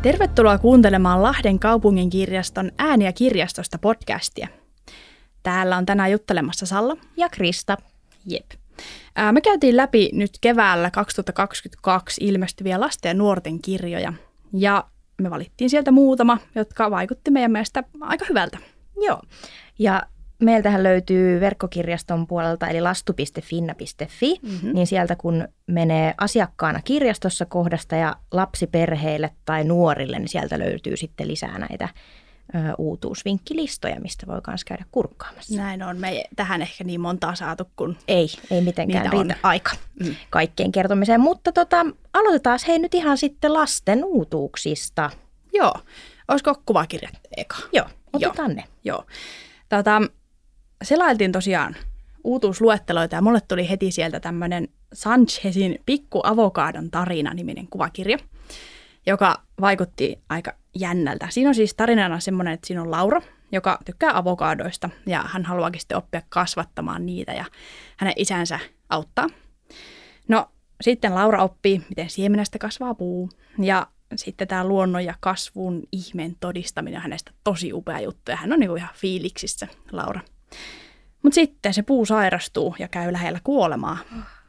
Tervetuloa kuuntelemaan Lahden kaupungin kirjaston Ääniä kirjastosta podcastia. Täällä on tänään juttelemassa Salla ja Krista. Jep. Me käytiin läpi nyt keväällä 2022 ilmestyviä lasten ja nuorten kirjoja. Ja me valittiin sieltä muutama, jotka vaikutti meidän mielestä aika hyvältä. Joo. Ja meiltähän löytyy verkkokirjaston puolelta eli lastu.finna.fi, niin sieltä kun menee asiakkaana kirjastossa kohdasta ja lapsiperheille tai nuorille, niin sieltä löytyy sitten lisää näitä uutuusvinkkilistoja, mistä voi myös käydä kurkkaamassa. Näin on. Me ei tähän ehkä niin montaa saatu, kun ei mitenkään riitä aika kaikkeen kertomiseen, mutta aloitetaan hei nyt ihan sitten lasten uutuuksista. Joo. Olisiko kuvakirjat eka? Joo, otetaan ne. Joo. Selailtiin tosiaan uutuusluetteloita ja mulle tuli heti sieltä tämmöinen Sanchezin Pikku avokaadon tarina-niminen kuvakirja, joka vaikutti aika jännältä. Siinä on siis tarinana semmoinen, että siinä on Laura, joka tykkää avokaadoista ja hän haluaakin sitten oppia kasvattamaan niitä ja hänen isänsä auttaa. No sitten Laura oppii, miten siemenestä kasvaa puu ja sitten tämä luonnon ja kasvun ihmeen todistaminen on hänestä tosi upea juttu ja hän on niinku ihan fiiliksissä, Laura. Mutta sitten se puu sairastuu ja käy lähellä kuolemaa.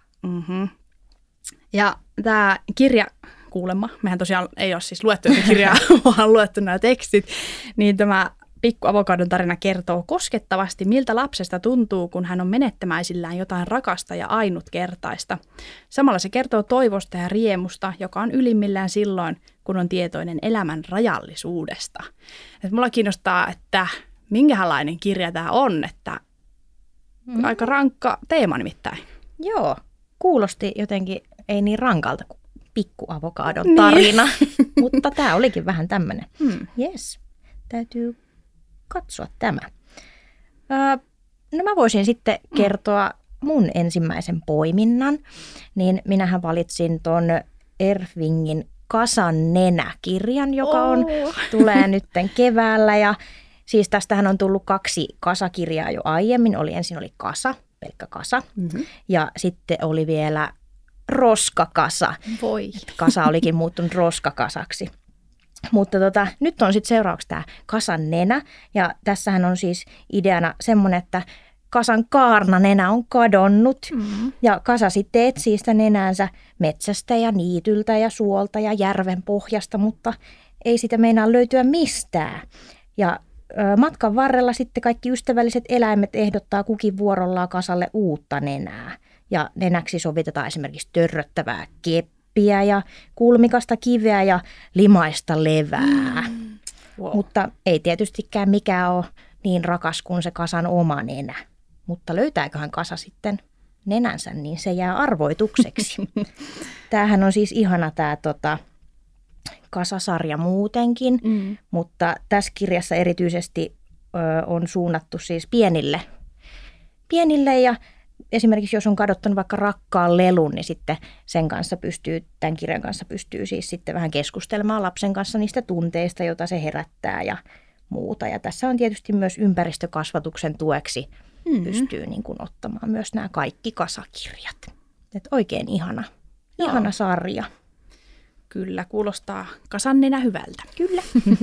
Ja tämä kirja kuulemma, mehän tosiaan ei ole siis luettu kirjaa, vaan luettu nämä tekstit, niin tämä Pikku avokaadon tarina kertoo koskettavasti, miltä lapsesta tuntuu, kun hän on menettämäisillään jotain rakasta ja ainutkertaista. Samalla se kertoo toivosta ja riemusta, joka on ylimmillään silloin, kun on tietoinen elämän rajallisuudesta. Et mulla kiinnostaa, että minkälainen kirja tämä on, että aika rankka teema nimittäin. Joo, kuulosti jotenkin ei niin rankalta kuin Pikku avokaadon tarina, mutta tämä olikin vähän tämmöinen. Yes, täytyy katsoa tämä. No mä voisin sitten kertoa mun ensimmäisen poiminnan, niin minähän valitsin ton Ervingin Kasan nenä-kirjan, joka tulee nytten keväällä ja siis tästähän on tullut 2 kasakirjaa jo aiemmin. Ensin oli Kasa, pelkkä Kasa ja sitten oli vielä Roskakasa. Voi. Kasa olikin muuttunut Roskakasaksi. Mutta nyt on sitten seuraavaksi tämä Kasan nenä ja tässähän on siis ideana semmoinen, että Kasan kaarnanenä on kadonnut ja Kasa sitten etsii sitä nenäänsä metsästä ja niityltä ja suolta ja järven pohjasta, mutta ei sitä meinaa löytyä mistään. Ja matkan varrella sitten kaikki ystävälliset eläimet ehdottaa kukin vuorollaan Kasalle uutta nenää. Ja nenäksi sovitetaan esimerkiksi törröttävää keppiä ja kulmikasta kiveä ja limaista levää. Wow. Mutta ei tietystikään mikään ole niin rakas kuin se Kasan oma nenä. Mutta löytääköhän Kasa sitten nenänsä, niin se jää arvoitukseksi. Tämähän on siis ihana tämä Kasa-sarja muutenkin, mutta tässä kirjassa erityisesti on suunnattu siis pienille ja esimerkiksi jos on kadottanut vaikka rakkaan lelun, niin sitten tämän kirjan kanssa pystyy siis sitten vähän keskustelemaan lapsen kanssa niistä tunteista, joita se herättää ja muuta. Ja tässä on tietysti myös ympäristökasvatuksen tueksi pystyy niin kuin ottamaan myös nämä kaikki kasakirjat. Et oikein ihana sarja. Kyllä, kuulostaa Kasan nenä hyvältä. Kyllä.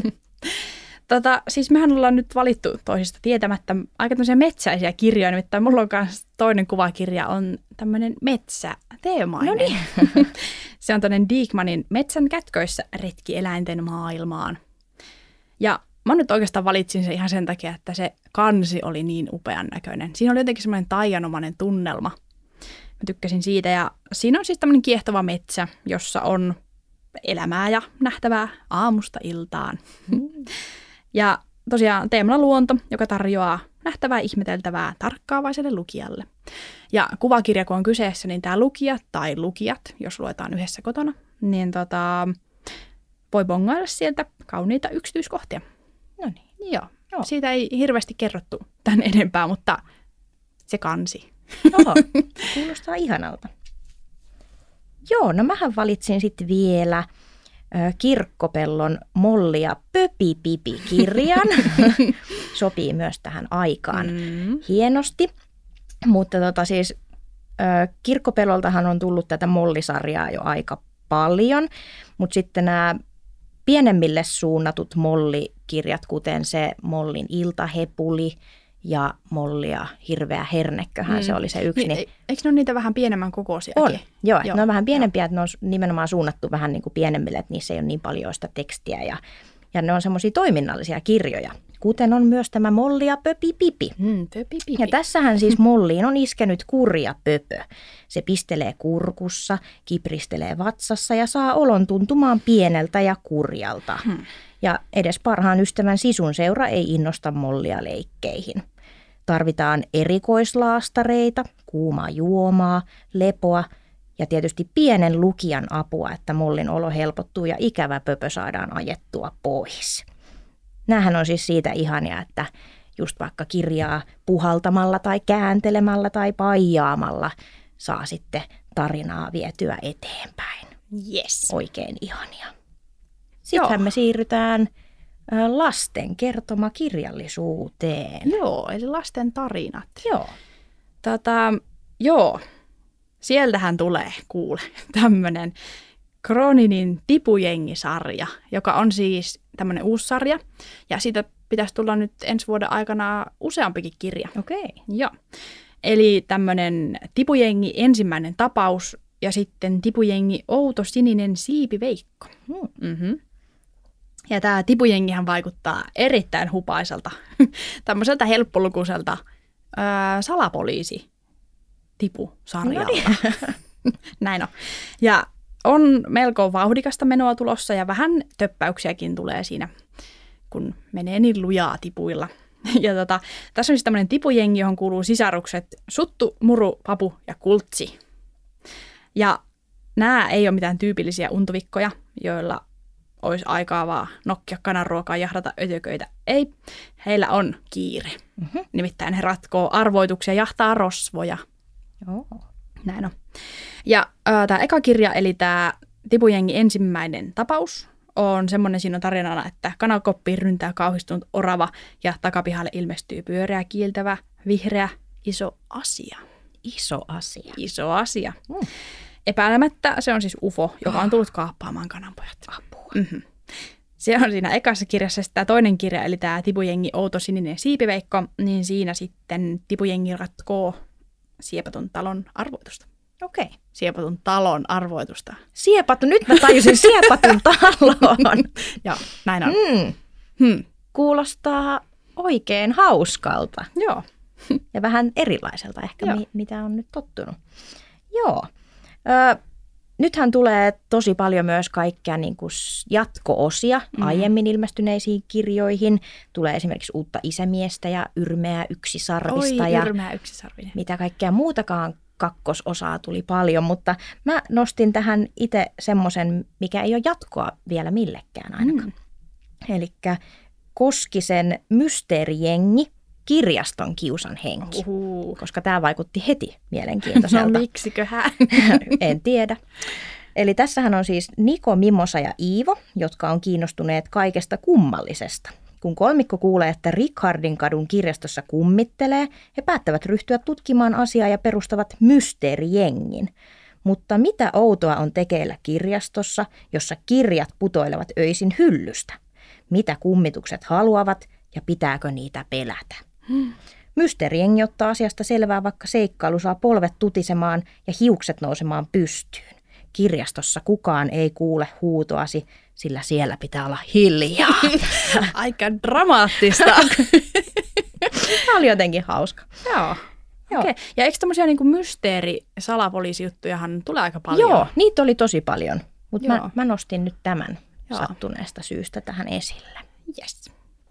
Siis mehän ollaan nyt valittu toisista tietämättä aika tämmöisiä metsäisiä kirjoja, nimittäin mulla on myös toinen kuvakirja on tämmöinen metsäteemainen. No niin. Se on toinen Diekmanin Metsän kätköissä retki eläinten maailmaan. Ja mä nyt oikeastaan valitsin se ihan sen takia, että se kansi oli niin upean näköinen. Siinä oli jotenkin semmoinen taianomainen tunnelma. Mä tykkäsin siitä ja siinä on siis tämmöinen kiehtova metsä, jossa on elämää ja nähtävää aamusta iltaan. Ja tosiaan teemana luonto, joka tarjoaa nähtävää ihmeteltävää tarkkaavaiselle lukijalle. Ja kuvakirja, kun on kyseessä, niin tämä lukija tai lukijat, jos luetaan yhdessä kotona, niin voi bongailla sieltä kauniita yksityiskohtia. No niin. Joo. Siitä ei hirveästi kerrottu tän enempää, mutta se kansi. Oho, kuulostaa ihanalta. Joo, no mähän valitsin sitten vielä Kirkkopellon Molli ja Pöpi-Pipi-kirjan. Sopii myös tähän aikaan hienosti. Mutta siis Kirkkopelloltahan on tullut tätä Mollisarjaa jo aika paljon, mutta sitten nämä pienemmille suunnatut mollikirjat, kuten se Mollin iltahepuli ja Molli ja hirveä hernekköhän se oli se yksi. Niin, eikö ne ole niitä vähän pienemmän kokoisiakin? On, joo. Ne on vähän pienempiä, että ne on nimenomaan suunnattu vähän niin kuin pienemmille, että niissä ei ole niin paljon sitä tekstiä ja ne on semmoisia toiminnallisia kirjoja, kuten on myös tämä Molli ja Pöpi Pipi. Pöpi Pipi. Ja tässähän siis Molliin on iskenyt kurja pöpö. Se pistelee kurkussa, kipristelee vatsassa ja saa olon tuntumaan pieneltä ja kurjalta. Ja edes parhaan ystävän Sisun seura ei innosta Mollia leikkeihin. Tarvitaan erikoislaastareita, kuumaa juomaa, lepoa ja tietysti pienen lukijan apua, että Mollin olo helpottuu ja ikävä pöpö saadaan ajettua pois. Nämähän on siis siitä ihania, että just vaikka kirjaa puhaltamalla tai kääntelemällä tai paijaamalla saa sitten tarinaa vietyä eteenpäin. Yes. Oikein ihania. Sittenhän me siirrytään lasten kertomakirjallisuuteen. Joo, eli lasten tarinat. Joo. Joo, sieltähän tulee, kuule, tämmöinen Kroninin Tipujengi-sarja, joka on siis tämmöinen uusi sarja. Ja siitä pitäisi tulla nyt ensi vuoden aikana useampikin kirja. Okei. Joo. Eli tämmöinen Tipujengi ensimmäinen tapaus ja sitten Tipujengi outo sininen siipiveikko. Ja tämä Tipujengihän vaikuttaa erittäin hupaiselta, tämmöiseltä helppolukuiselta salapoliisi-tipusarjalta. Näin on. Ja on melko vauhdikasta menoa tulossa ja vähän töppäyksiäkin tulee siinä, kun menee niin lujaa tipuilla. Ja tässä on siis tämmöinen tipujengi, johon kuuluu sisarukset Suttu, Muru, Papu ja Kultsi. Ja nämä ei ole mitään tyypillisiä untuvikkoja, joilla olisi aikaa vaan nokkia kananruokaa, jahdata ötököitä. Ei, heillä on kiire. Nimittäin he ratkoo arvoituksia, jahtaa rosvoja. Joo. Näin on. Ja tämä eka kirja, eli tämä Tipujengi ensimmäinen tapaus, on semmoinen siinä on tarinana, että kanakoppiin ryntää kauhistunut orava ja takapihalle ilmestyy pyöreä, kiiltävä, vihreä, iso asia. Iso asia. Iso asia. Epäilemättä se on siis UFO, joka on tullut kaappaamaan kananpojat. Apua. Se on siinä ekassa kirjassa. Sitten tämä toinen kirja, eli tämä Tipujengi outo sininen siipiveikko, niin siinä sitten Tipujengi ratkoo Siepatun talon arvoitusta. Okei. Siepatun talon arvoitusta. Nyt mä tajusin Siepatun talon. Joo, näin on. Kuulostaa oikein hauskalta. Joo. Ja vähän erilaiselta ehkä, mitä on nyt tottunut. Joo. Nythän tulee tosi paljon myös kaikkea niin kuin jatko-osia aiemmin ilmestyneisiin kirjoihin. Tulee esimerkiksi uutta isämiestä ja Yrmeä yksisarvista. Oi, ja Yrmeä yksisarvinen. mitä kaikkea muutakaan kakkososaa tuli paljon, mutta mä nostin tähän itse semmoisen, mikä ei ole jatkoa vielä millekään ainakaan. Elikkä Koskisen Mysteerijengi, kirjaston kiusan henki, koska tämä vaikutti heti mielenkiintoiselta. No miksiköhän? En tiedä. Eli tässähän on siis Niko, Mimosa ja Iivo, jotka on kiinnostuneet kaikesta kummallisesta. Kun kolmikko kuulee, että Richardin kadun kirjastossa kummittelee, he päättävät ryhtyä tutkimaan asiaa ja perustavat mysteerijengin. Mutta mitä outoa on tekeillä kirjastossa, jossa kirjat putoilevat öisin hyllystä? Mitä kummitukset haluavat ja pitääkö niitä pelätä? Mysteerijengi ottaa asiasta selvää, vaikka seikkailu saa polvet tutisemaan ja hiukset nousemaan pystyyn. Kirjastossa kukaan ei kuule huutoasi, sillä siellä pitää olla hiljaa. Aika dramaattista. Tämä oli jotenkin hauska. Joo. Okay. Ja eikö tämmöisiä niin mysteeri-salapoliisijuttujahan tulee aika paljon? Joo, niitä oli tosi paljon, mutta mä nostin nyt tämän sattuneesta syystä tähän esille. Yes.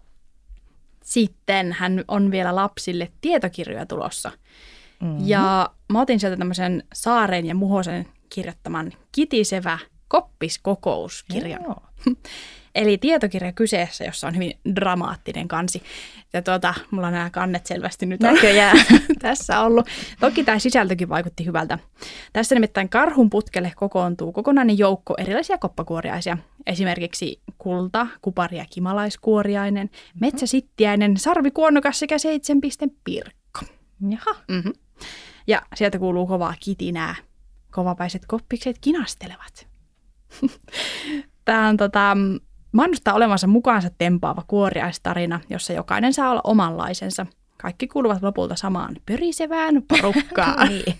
Sitten hän on vielä lapsille tietokirjoja tulossa. Ja mä otin sieltä tämmöisen Saaren ja Muhosen kirjoittaman Kitisevä koppiskokouskirjan. Eli tietokirja kyseessä, jossa on hyvin dramaattinen kansi. Ja mulla on nämä kannet selvästi nyt näköjään tässä ollut. Toki tämä sisältökin vaikutti hyvältä. Tässä nimittäin karhun putkelle kokoontuu kokonainen joukko erilaisia koppakuoriaisia. Esimerkiksi kulta, kupari ja kimalaiskuoriainen, metsäsittiäinen, sarvikuonnokas sekä 7 pirkko. Jaha. Ja sieltä kuuluu kovaa kitinää. Kovapäiset koppikset kinastelevat. Tämä on mainostaa olevansa mukaansa tempaava kuoriaistarina, jossa jokainen saa olla omanlaisensa. Kaikki kuuluvat lopulta samaan pyrisevään porukkaan. Niin.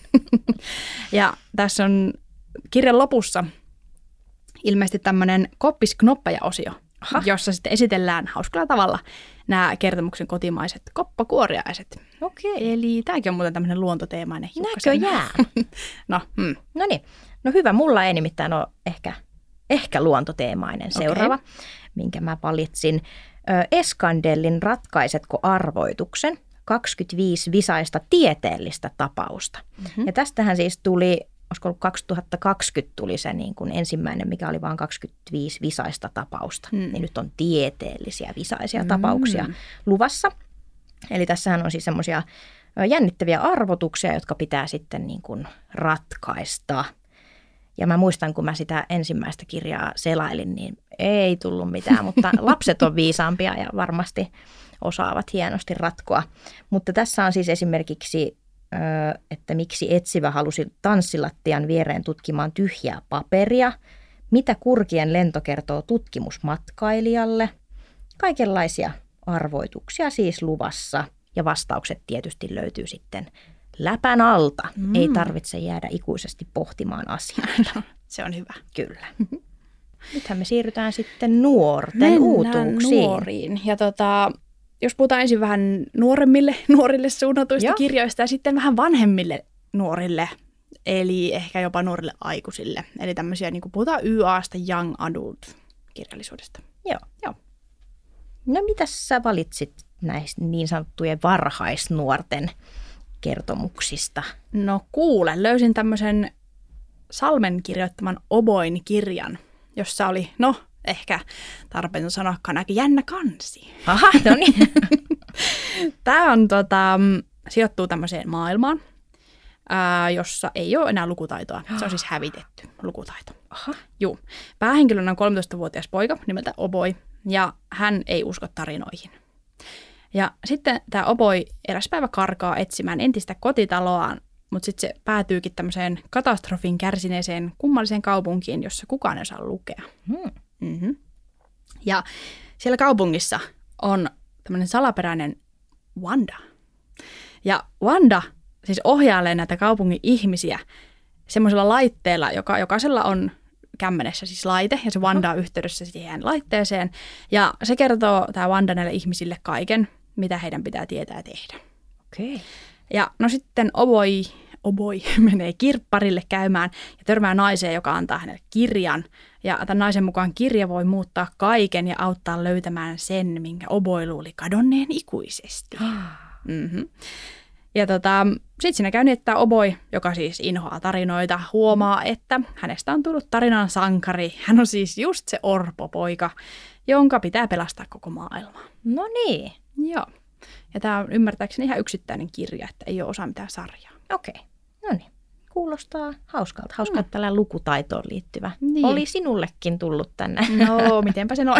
Ja tässä on kirjan lopussa ilmeisesti tämmöinen koppisknoppeja-osio, jossa sitten esitellään hauskalla tavalla nämä kertomuksen kotimaiset koppakuoriaiset. Okei. Eli tämäkin on muuten tämmöinen luontoteemainen hiukkasen. Näköjään. No niin. No hyvä, mulla ei nimittäin ole ehkä luontoteemainen seuraava, minkä mä valitsin. Eskandellin Ratkaisetko arvoituksen? 25 visaista tieteellistä tapausta. Ja tästähän siis tuli, olisiko ollut 2020 tuli se niin kuin ensimmäinen, mikä oli vain 25 visaista tapausta. Niin nyt on tieteellisiä visaisia tapauksia luvassa. Eli tässähän on siis semmoisia jännittäviä arvotuksia, jotka pitää sitten niin kuin ratkaista. Ja mä muistan, kun mä sitä ensimmäistä kirjaa selailin, niin ei tullut mitään, mutta lapset on viisaampia ja varmasti osaavat hienosti ratkoa. Mutta tässä on siis esimerkiksi, että miksi etsivä halusi tanssilattian viereen tutkimaan tyhjää paperia, mitä kurkien lento kertoo tutkimusmatkailijalle, kaikenlaisia arvoituksia siis luvassa ja vastaukset tietysti löytyy sitten läpän alta. Ei tarvitse jäädä ikuisesti pohtimaan asiaa. No, se on hyvä. Kyllä. Nythän me siirrytään sitten nuorten uutuuksiin. Nuoriin. Ja jos puhutaan ensin vähän nuorille suunnatuista kirjoista ja sitten vähän vanhemmille nuorille, eli ehkä jopa nuorille aikuisille. Eli tämmöisiä, niin kuin puhutaan YAsta, Young Adult-kirjallisuudesta. Joo. No mitäs sä valitsit näistä niin sanottujen varhaisnuorten kertomuksista? No kuule, löysin tämmöisen Salmen kirjoittaman Oboin kirjan, jossa oli, ehkä tarpeen sanoakaan aika jännä kansi. Aha, no niin. Tämä on, sijoittuu tämmöiseen maailmaan, jossa ei ole enää lukutaitoa. Se on siis hävitetty lukutaito. Aha. Juu. Päähenkilönä on 13-vuotias poika nimeltä Oboi, ja hän ei usko tarinoihin. Ja sitten tämä Oboi eräs päivä karkaa etsimään entistä kotitaloaan, mutta sitten se päätyykin tämmöiseen katastrofin kärsineeseen kummalliseen kaupunkiin, jossa kukaan ei osaa lukea. Mm-hmm. Ja siellä kaupungissa on tämmöinen salaperäinen Wanda. Ja Wanda siis ohjailee näitä kaupungin ihmisiä semmoisella laitteella, jokaisella on kämmenessä siis laite, ja se Wanda on yhteydessä siihen laitteeseen. Ja se kertoo, tämä Wanda, näille ihmisille kaiken, mitä heidän pitää tietää ja tehdä. Okei. Ja no sitten Oboi menee kirpparille käymään ja törmää naiseen, joka antaa hänelle kirjan. Ja tämän naisen mukaan kirja voi muuttaa kaiken ja auttaa löytämään sen, minkä Oboi luuli kadonneen ikuisesti. Mm-hmm. Ja sitten siinä käy niin, että Oboi, joka siis inhoaa tarinoita, huomaa, että hänestä on tullut tarinan sankari. Hän on siis just se orpopoika, jonka pitää pelastaa koko maailma. No niin. Joo. Ja tämä on ymmärtääkseni ihan yksittäinen kirja, että ei ole osa mitään sarjaa. Okei. No niin. Kuulostaa hauskalta. Hauskalta tällä lukutaitoon liittyvä. Niin. Oli sinullekin tullut tänne. No, mitenpä se noin.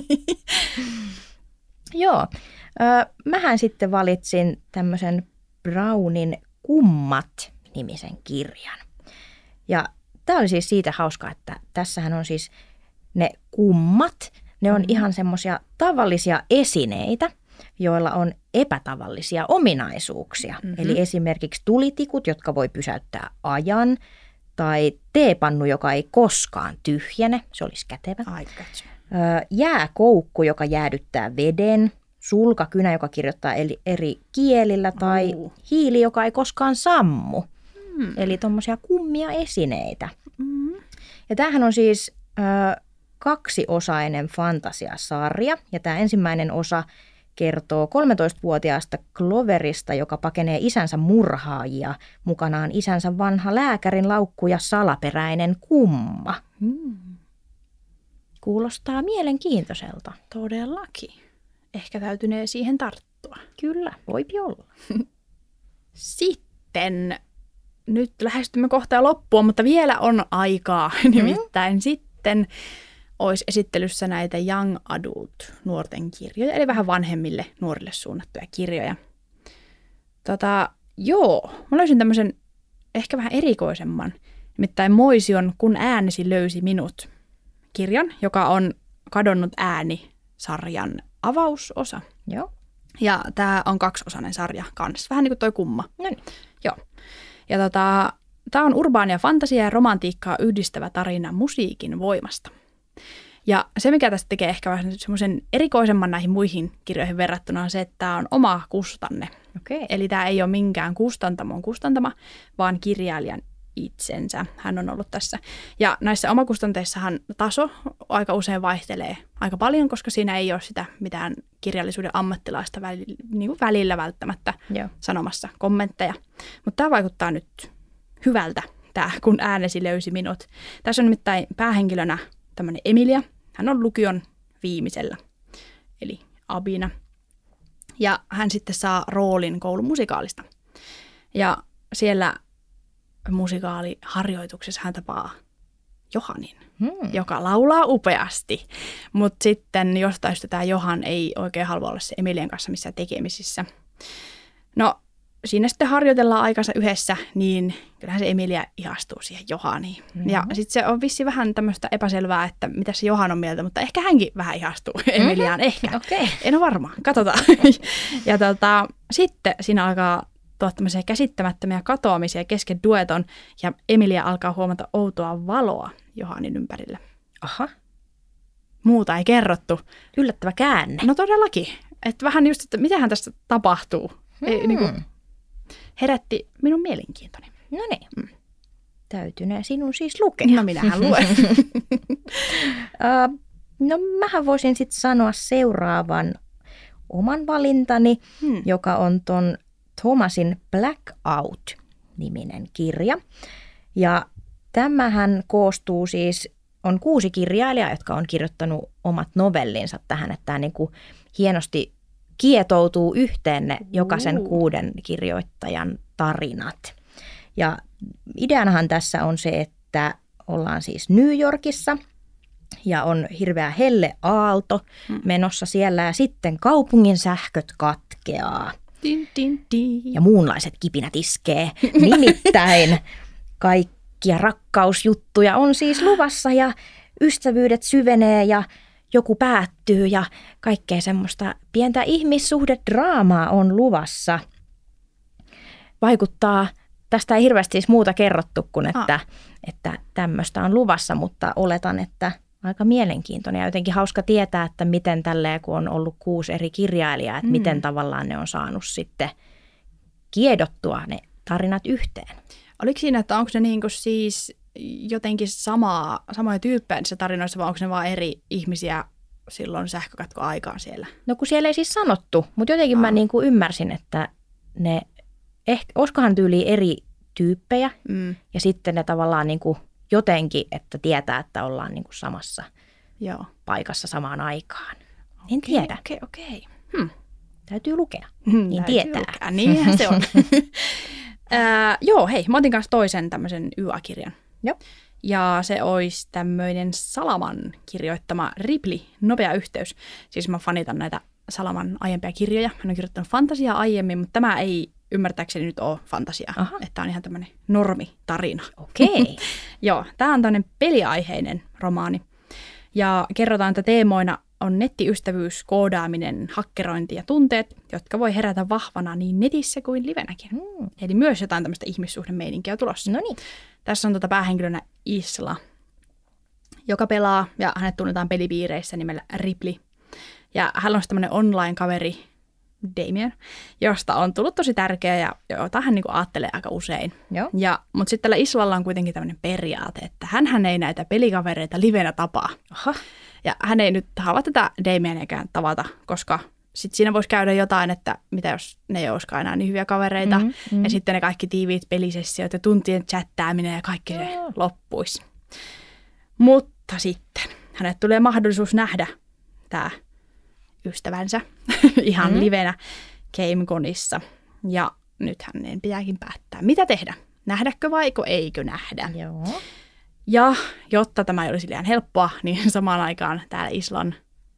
Joo. Mähän sitten valitsin tämmöisen Brownin Kummat-nimisen kirjan. Ja tämä oli siis siitä hauska, että tässähän on siis ne kummat. Ne on ihan semmoisia tavallisia esineitä, joilla on epätavallisia ominaisuuksia. Eli esimerkiksi tulitikut, jotka voi pysäyttää ajan, tai teepannu, joka ei koskaan tyhjene. Se olisi kätevä. Jääkoukku, joka jäädyttää veden. Sulkakynä, joka kirjoittaa eri kielillä, tai hiili, joka ei koskaan sammu. Eli tuommoisia kummia esineitä. Ja tämähän on siis kaksiosainen fantasiasarja, ja tämä ensimmäinen osa kertoo 13-vuotiaasta Cloverista, joka pakenee isänsä murhaajia, mukanaan isänsä vanha lääkärin laukku ja salaperäinen kumma. Kuulostaa mielenkiintoiselta. Todellakin. Ehkä täytynee siihen tarttua. Kyllä, voipi olla. Sitten, nyt lähestymme kohta jo loppua, mutta vielä on aikaa. Nimittäin sitten olisi esittelyssä näitä Young Adult nuorten kirjoja, eli vähän vanhemmille nuorille suunnattuja kirjoja. Mä löysin tämmöisen ehkä vähän erikoisemman, nimittäin Moision Kun äänesi löysi minut -kirjan, joka on Kadonnut ääni-sarjan avausosa. Joo. Ja tämä on 2-osainen sarja kanssa, vähän niin kuin toi Kumma. No niin. Joo. Ja tämä on urbaania fantasiaa ja romantiikkaa yhdistävä tarina musiikin voimasta. Ja se, mikä tästä tekee ehkä vähän semmoisen erikoisemman näihin muihin kirjoihin verrattuna, on se, että tämä on oma kustanne. Okei. Eli tämä ei ole minkään kustantamon kustantama, vaan kirjailijan itsensä. Hän on ollut tässä. Ja näissä omakustanteissahan taso aika usein vaihtelee aika paljon, koska siinä ei ole sitä mitään kirjallisuuden ammattilaista välillä välttämättä sanomassa kommentteja. Mutta tämä vaikuttaa nyt hyvältä, kun äänesi löysi minut. Tässä on nimittäin päähenkilönä tämmöinen Emilia. Hän on lukion viimeisellä, eli Abina. Ja hän sitten saa roolin koulumusikaalista. Ja siellä musikaaliharjoituksessa hän tapaa Johanin, joka laulaa upeasti. Mutta sitten jostain syystä tämä Johan ei oikein halua olla se Emilian kanssa missään tekemisissä. No, siinä sitten harjoitellaan aikansa yhdessä, niin kyllähän se Emilia ihastuu siihen Johaniin. Ja sitten se on vissi vähän tämmöistä epäselvää, että mitä se Johan on mieltä, mutta ehkä hänkin vähän ihastuu Emiliaan, ehkä. Okay. En ole varma, katsotaan. Ja sitten siinä alkaa tämmöisiä käsittämättömiä katoamisia kesken dueton, ja Emilia alkaa huomata outoa valoa Johanin ympärillä. Aha. Muuta ei kerrottu. Yllättävä käänne. No todellakin. Että vähän just, että mitähän tästä tapahtuu. Herätti minun mielenkiintoni. No niin. Täytynee sinun siis lukea. No minähän luen. No mähän voisin sitten sanoa seuraavan oman valintani, joka on ton Thomasin Blackout-niminen kirja. Ja tämähän koostuu siis, on 6 kirjailijaa, jotka on kirjoittanut omat novellinsa tähän, että tämä niin kuin hienosti kietoutuu yhteen ne jokaisen 6 kirjoittajan tarinat. Ja ideanahan tässä on se, että ollaan siis New Yorkissa ja on hirveä helleaalto menossa siellä ja sitten kaupungin sähköt katkeaa. Din, din, din. Ja muunlaiset kipinät iskee. Nimittäin kaikkia rakkausjuttuja on siis luvassa ja ystävyydet syvenee ja joku päättyy ja kaikkea semmoista pientä ihmissuhdedraamaa on luvassa. Vaikuttaa, tästä ei hirveästi siis muuta kerrottu kuin, että tämmöistä on luvassa, mutta oletan, että aika mielenkiintoinen ja jotenkin hauska tietää, että miten tälleen, kun on ollut 6 eri kirjailijaa, että miten tavallaan ne on saanut sitten kiedottua ne tarinat yhteen. Oliko siinä, että onko ne niin kuin siis jotenkin samoja tyyppejä niissä tarinoissa, vai onko ne vaan eri ihmisiä silloin sähkökatkoaikaan siellä? No kun siellä ei siis sanottu, mutta jotenkin mä niin kuin ymmärsin, että ne, olisikohan tyyliin eri tyyppejä ja sitten ne tavallaan niin kuin jotenkin, että tietää, että ollaan niin kuin samassa paikassa samaan aikaan. En tiedä. Okei. Täytyy lukea, niin tietää. Lukea. Niinhän se on. Hei, mä otin kanssa toisen tämmöisen YA-kirjan. Joo. Ja se olisi tämmöinen Salaman kirjoittama Ripley, Nopea yhteys. Siis mä fanitan näitä Salaman aiempia kirjoja. Hän on kirjoittanut fantasiaa aiemmin, mutta tämä ei ymmärtääkseni nyt ole fantasiaa. Että on ihan tämmöinen normitarina. Okei. Joo, tämä on tämmöinen peliaiheinen romaani. Ja kerrotaan, että teemoina on nettiystävyys, koodaaminen, hakkerointi ja tunteet, jotka voi herätä vahvana niin netissä kuin livenäkin. Eli myös jotain tämmöistä ihmissuhdemeininkiä tulossa. No niin. Tässä on päähenkilönä Isla, joka pelaa ja hänet tunnetaan pelipiireissä nimellä Ripley. Ja hän on tämmöinen online-kaveri Damien, josta on tullut tosi tärkeä ja jota hän niin kuin ajattelee aika usein. Mutta sitten tällä Islalla on kuitenkin tämmöinen periaate, että hän ei näitä pelikavereita livenä tapaa. Aha. Ja hän ei nyt halua tätä Damieniäkään tavata, koska sitten siinä voisi käydä jotain, että mitä jos ne ei olisikaan enää niin hyviä kavereita. Ja sitten ne kaikki tiiviit pelisessiot ja tuntien chattääminen ja kaikki se loppuisi. Mutta sitten hänet tulee mahdollisuus nähdä tämä ystävänsä ihan livenä GameConissa. Ja nyt hänen pitääkin päättää, mitä tehdä. Nähdäkö vaiko eikö nähdä? Joo. Ja jotta tämä ei olisi liian helppoa, niin samaan aikaan täällä Islan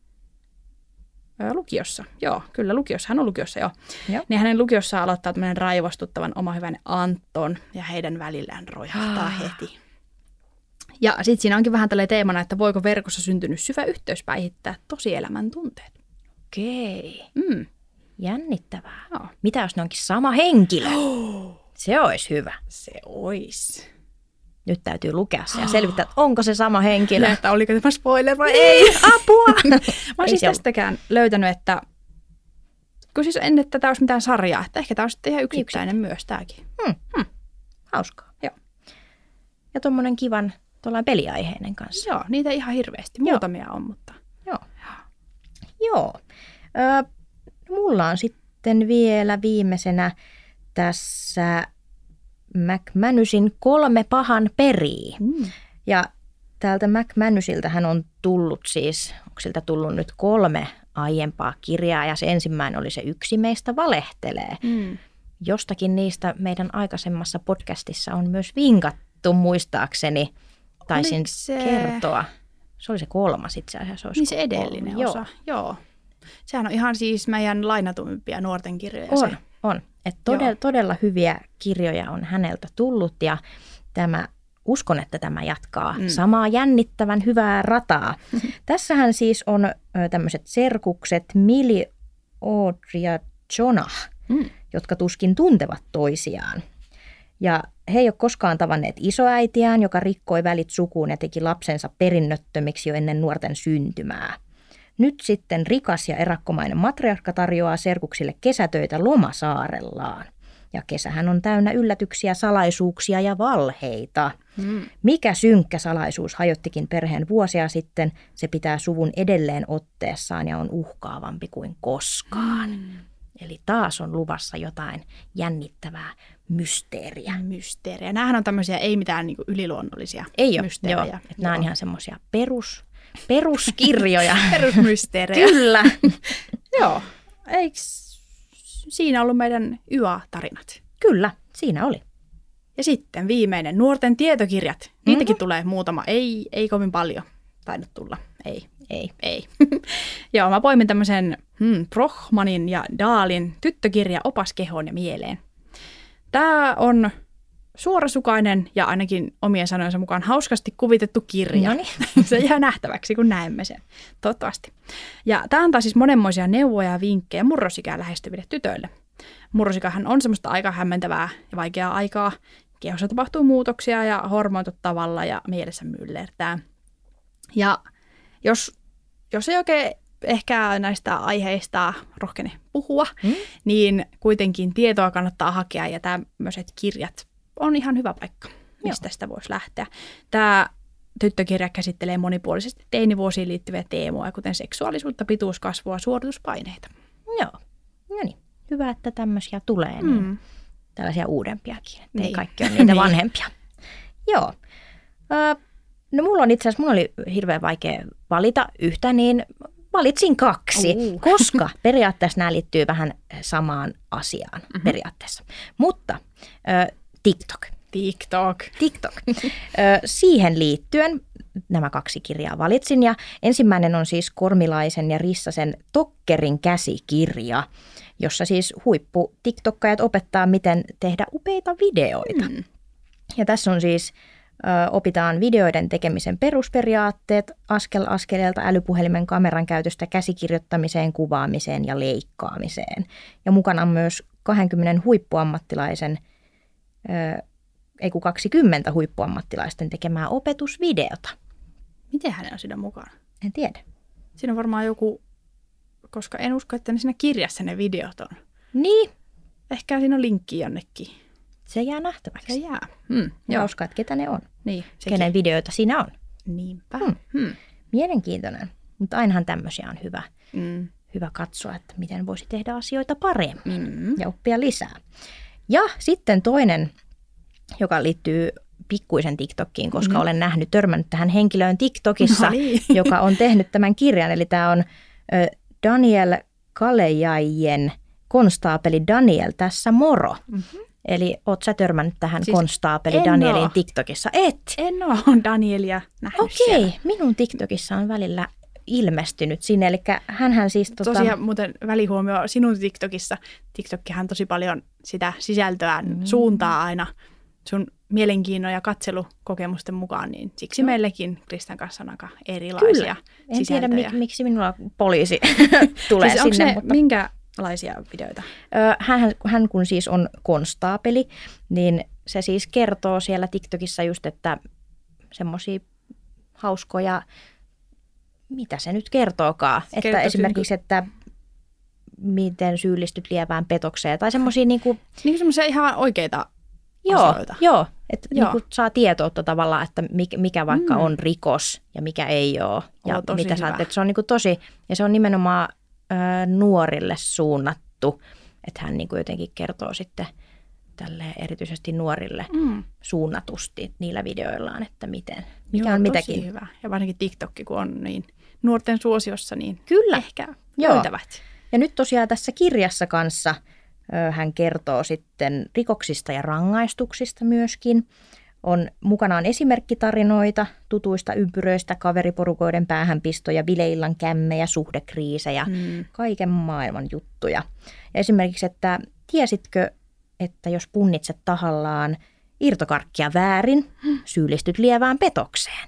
lukiossa. Joo, kyllä lukiossa. Hän on lukiossa, joo. Niin hänen lukiossa aloittaa tämmöinen raivostuttavan omahyväinen Anton ja heidän välillään rojahtaa heti. Ja sitten siinä onkin vähän tällainen teemana, että voiko verkossa syntynyt syvä yhteys päihittää tosielämän tunteet. Okei. Jännittävää. Joo. Mitä jos ne onkin sama henkilö? Se olisi hyvä. Se ois. Nyt täytyy lukea se ja selvittää, että onko se sama henkilö. Että oliko tämä spoiler vai ei? Apua! Mä oon siis tästäkään löytänyt, että kun siis en, että tämä olisi mitään sarjaa, että ehkä tämä on sitten ihan yksittäinen myös tämäkin. Hauskaa. Joo. Ja tuommoinen kivan peliaiheinen kanssa. Joo, niitä ihan hirveästi. Muutamia on, mutta... Joo. Mulla on sitten vielä viimeisenä tässä McManusin 3 pahan perii. Ja täältä McManusiltähän on tullut siis, onko siltä tullut nyt 3 aiempaa kirjaa ja se ensimmäinen oli se Yksi meistä valehtelee. Jostakin niistä meidän aikaisemmassa podcastissa on myös vinkattu muistaakseni, taisin kertoa. Se oli se 3 itse asiassa. Niin se edellinen osa, joo. Sehän on ihan siis meidän lainatuimpia nuorten kirjoja. On. Todella hyviä kirjoja on häneltä tullut ja uskon, että tämä jatkaa samaa jännittävän hyvää rataa. Tässähän siis on tämmöiset serkukset Millie, Audrey ja Jonah, jotka tuskin tuntevat toisiaan. Ja he ei ole koskaan tavanneet isoäitiään, joka rikkoi välit sukuun ja teki lapsensa perinnöttömiksi jo ennen nuorten syntymää. Nyt sitten rikas ja erakkomainen matriarkka tarjoaa serkuksille kesätöitä lomasaarellaan. Ja kesähän on täynnä yllätyksiä, salaisuuksia ja valheita. Mikä synkkä salaisuus hajottikin perheen vuosia sitten, se pitää suvun edelleen otteessaan ja on uhkaavampi kuin koskaan. Eli taas on luvassa jotain jännittävää mysteeriä. Nämähän on tämmöisiä ei mitään niinku yliluonnollisia mysteerejä. Joo. Nämä on ihan semmoisia peruskirjoja. Perusmysteerejä. Kyllä. Joo. Eikö siinä ollut meidän YA-tarinat? Kyllä, siinä oli. Ja sitten viimeinen, nuorten tietokirjat. Niitäkin tulee muutama. Ei kovin paljon tainnut tulla. Ei. Joo, mä poimin tämmöisen Brochmanin ja Dahlin tyttökirja Opas kehoon ja mieleen. Tämä on suorasukainen ja ainakin omien sanojensa mukaan hauskasti kuvitettu kirja. Se jää nähtäväksi, kun näemme sen. Toivottavasti. Ja tämä antaa siis monenmoisia neuvoja ja vinkkejä murrosikää lähestyville tytöille. Murrosikahan on semmoista aika hämmentävää ja vaikeaa aikaa. Kehossa tapahtuu muutoksia ja hormonit tavalla ja mielessä myllertää. Ja jos ei oikein ehkä näistä aiheista rohkene puhua, niin kuitenkin tietoa kannattaa hakea ja tämmöiset kirjat on ihan hyvä paikka, mistä sitä voisi lähteä. Tämä tyttökirja käsittelee monipuolisesti teinivuosiin liittyviä teemoja, kuten seksuaalisuutta, pituuskasvua, suorituspaineita. Joo, no niin. Hyvä, että tämmöisiä tulee, niin tällaisia uudempiakin, että ei kaikki ole niitä vanhempia. Joo. No mulla oli hirveän vaikea valita yhtä, niin valitsin 2, koska periaatteessa nämä liittyy vähän samaan asiaan periaatteessa. Mutta TikTok. Siihen liittyen nämä 2 kirjaa valitsin ja ensimmäinen on siis Kormilaisen ja Rissasen Tokkerin käsikirja, jossa siis huippu-tiktokkajat opettaa, miten tehdä upeita videoita. Ja tässä on siis opitaan videoiden tekemisen perusperiaatteet askel askeleelta älypuhelimen kameran käytöstä käsikirjoittamiseen, kuvaamiseen ja leikkaamiseen. Ja mukana on myös 20 huippuammattilaisen 20 huippuammattilaisten tekemää opetusvideota. Miten hänen on siinä mukana? En tiedä. Siinä on varmaan joku, koska en usko, että ne siinä kirjassa ne videot on. Niin. Ehkä siinä on linkki jonnekin. Se jää nähtäväksi. Se jää. Hauska, että ketä ne on. Niin, kenen videoita siinä on. Niinpä. Mielenkiintoinen. Mutta ainahan tämmöisiä on hyvä katsoa, että miten voisi tehdä asioita paremmin ja oppia lisää. Ja sitten toinen, joka liittyy pikkuisen TikTokiin, koska olen törmännyt tähän henkilöön TikTokissa, joka on tehnyt tämän kirjan. Eli tämä on Daniel Kalejajen Konstaapeli Daniel tässä moro. Eli oot sä törmännyt tähän siis Konstaapeli Danielin TikTokissa? En ole Danielia nähnyt siellä. Okei, minun TikTokissa on välillä ilmestynyt sinne. Eli hänhän siis... Tosiaan muuten välihuomio sinun TikTokissa. TikTokkihan tosi paljon sitä sisältöä suuntaa aina sun mielenkiinnon ja katselukokemusten mukaan, niin siksi meillekin Kristan kanssa on aika erilaisia En sisältöjä. tiedä, miksi minulla poliisi tulee siis sinne. Onko se minkälaisia videoita? Hän kun siis on konstaapeli, niin se siis kertoo siellä TikTokissa just, että semmoisia hauskoja, mitä se nyt kertookaan, että esimerkiksi, että miten syyllistyt lievään petokseen tai semmoisia niinku... Niin semmoisia ihan oikeita asioita. Joo, että niinku saa tietoutta tavallaan, että mikä vaikka on rikos ja mikä ei ole. Ja mitä sä että se on niinku tosi, ja se on nimenomaan nuorille suunnattu, että hän niinku jotenkin kertoo sitten tälleen erityisesti nuorille suunnatusti niillä videoillaan, että mikä on mitäkin. Tosi hyvä. Ja varsinkin TikTok, kun on niin nuorten suosiossa, niin kyllä ehkä löytävät. Ja nyt tosiaan tässä kirjassa kanssa hän kertoo sitten rikoksista ja rangaistuksista myöskin. Mukanaan esimerkkitarinoita tutuista ympyröistä, kaveriporukoiden päähänpistoja, bileillan kämmejä, suhdekriisejä, kaiken maailman juttuja. Ja esimerkiksi, että tiesitkö, että jos punnitset tahallaan irtokarkkia väärin, syyllistyt lievään petokseen.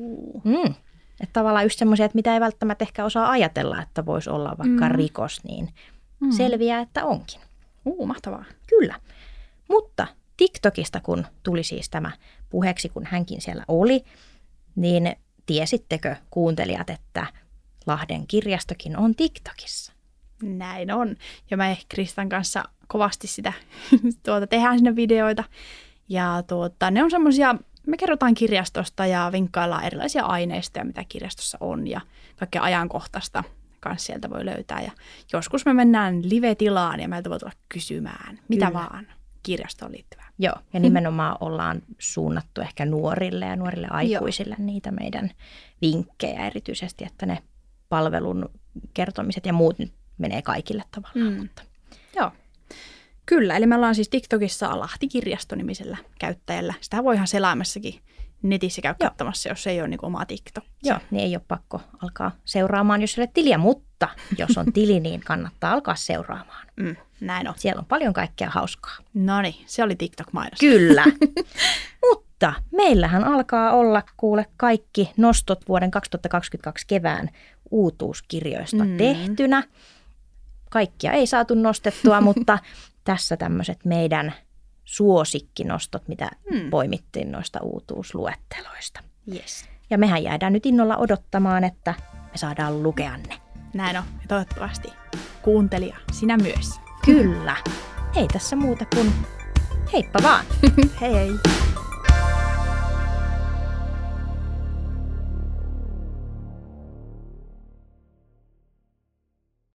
Että tavallaan just semmoisia, että mitä ei välttämättä ehkä osaa ajatella, että voisi olla vaikka rikos, niin selviää, että onkin. Mahtavaa. Kyllä. Mutta TikTokista, kun tuli siis tämä puheeksi, kun hänkin siellä oli, niin tiesittekö kuuntelijat, että Lahden kirjastokin on TikTokissa? Näin on. Ja me Kristan kanssa kovasti sitä tehdään sinne videoita. Ja ne on semmoisia, me kerrotaan kirjastosta ja vinkkaillaan erilaisia aineistoja, mitä kirjastossa on ja kaikkea ajankohtaista kanssa sieltä voi löytää. Ja joskus me mennään live-tilaan ja meiltä voi tulla kysymään, mitä vaan kirjastoon liittyvää. Joo, ja nimenomaan ollaan suunnattu ehkä nuorille ja nuorille aikuisille niitä meidän vinkkejä erityisesti, että ne palvelun kertomiset ja muut nyt menee kaikille tavallaan. Mutta. Joo. Kyllä, eli me ollaan siis TikTokissa Lahti-kirjasto-nimisellä käyttäjällä. Sitä voi ihan selaimassakin netissä käy katsomassa, jos ei ole niin omaa TikTok. Joo, niin ei ole pakko alkaa seuraamaan, jos ei ole tiliä, mutta jos on tili, niin kannattaa alkaa seuraamaan. Näin on. Siellä on paljon kaikkea hauskaa. Noniin, se oli TikTok-mainos. Kyllä. Mutta meillähän alkaa olla kuule kaikki nostot vuoden 2022 kevään uutuuskirjoista tehtynä. Kaikkia ei saatu nostettua, mutta tässä tämmöiset meidän suosikkinostot, mitä poimittiin noista uutuusluetteloista. Yes. Ja mehän jäädään nyt innolla odottamaan, että me saadaan lukea ne. Näin on. Ja toivottavasti kuuntelija, sinä myös. Kyllä. Ei tässä muuta kuin heippa vaan. Hei hei.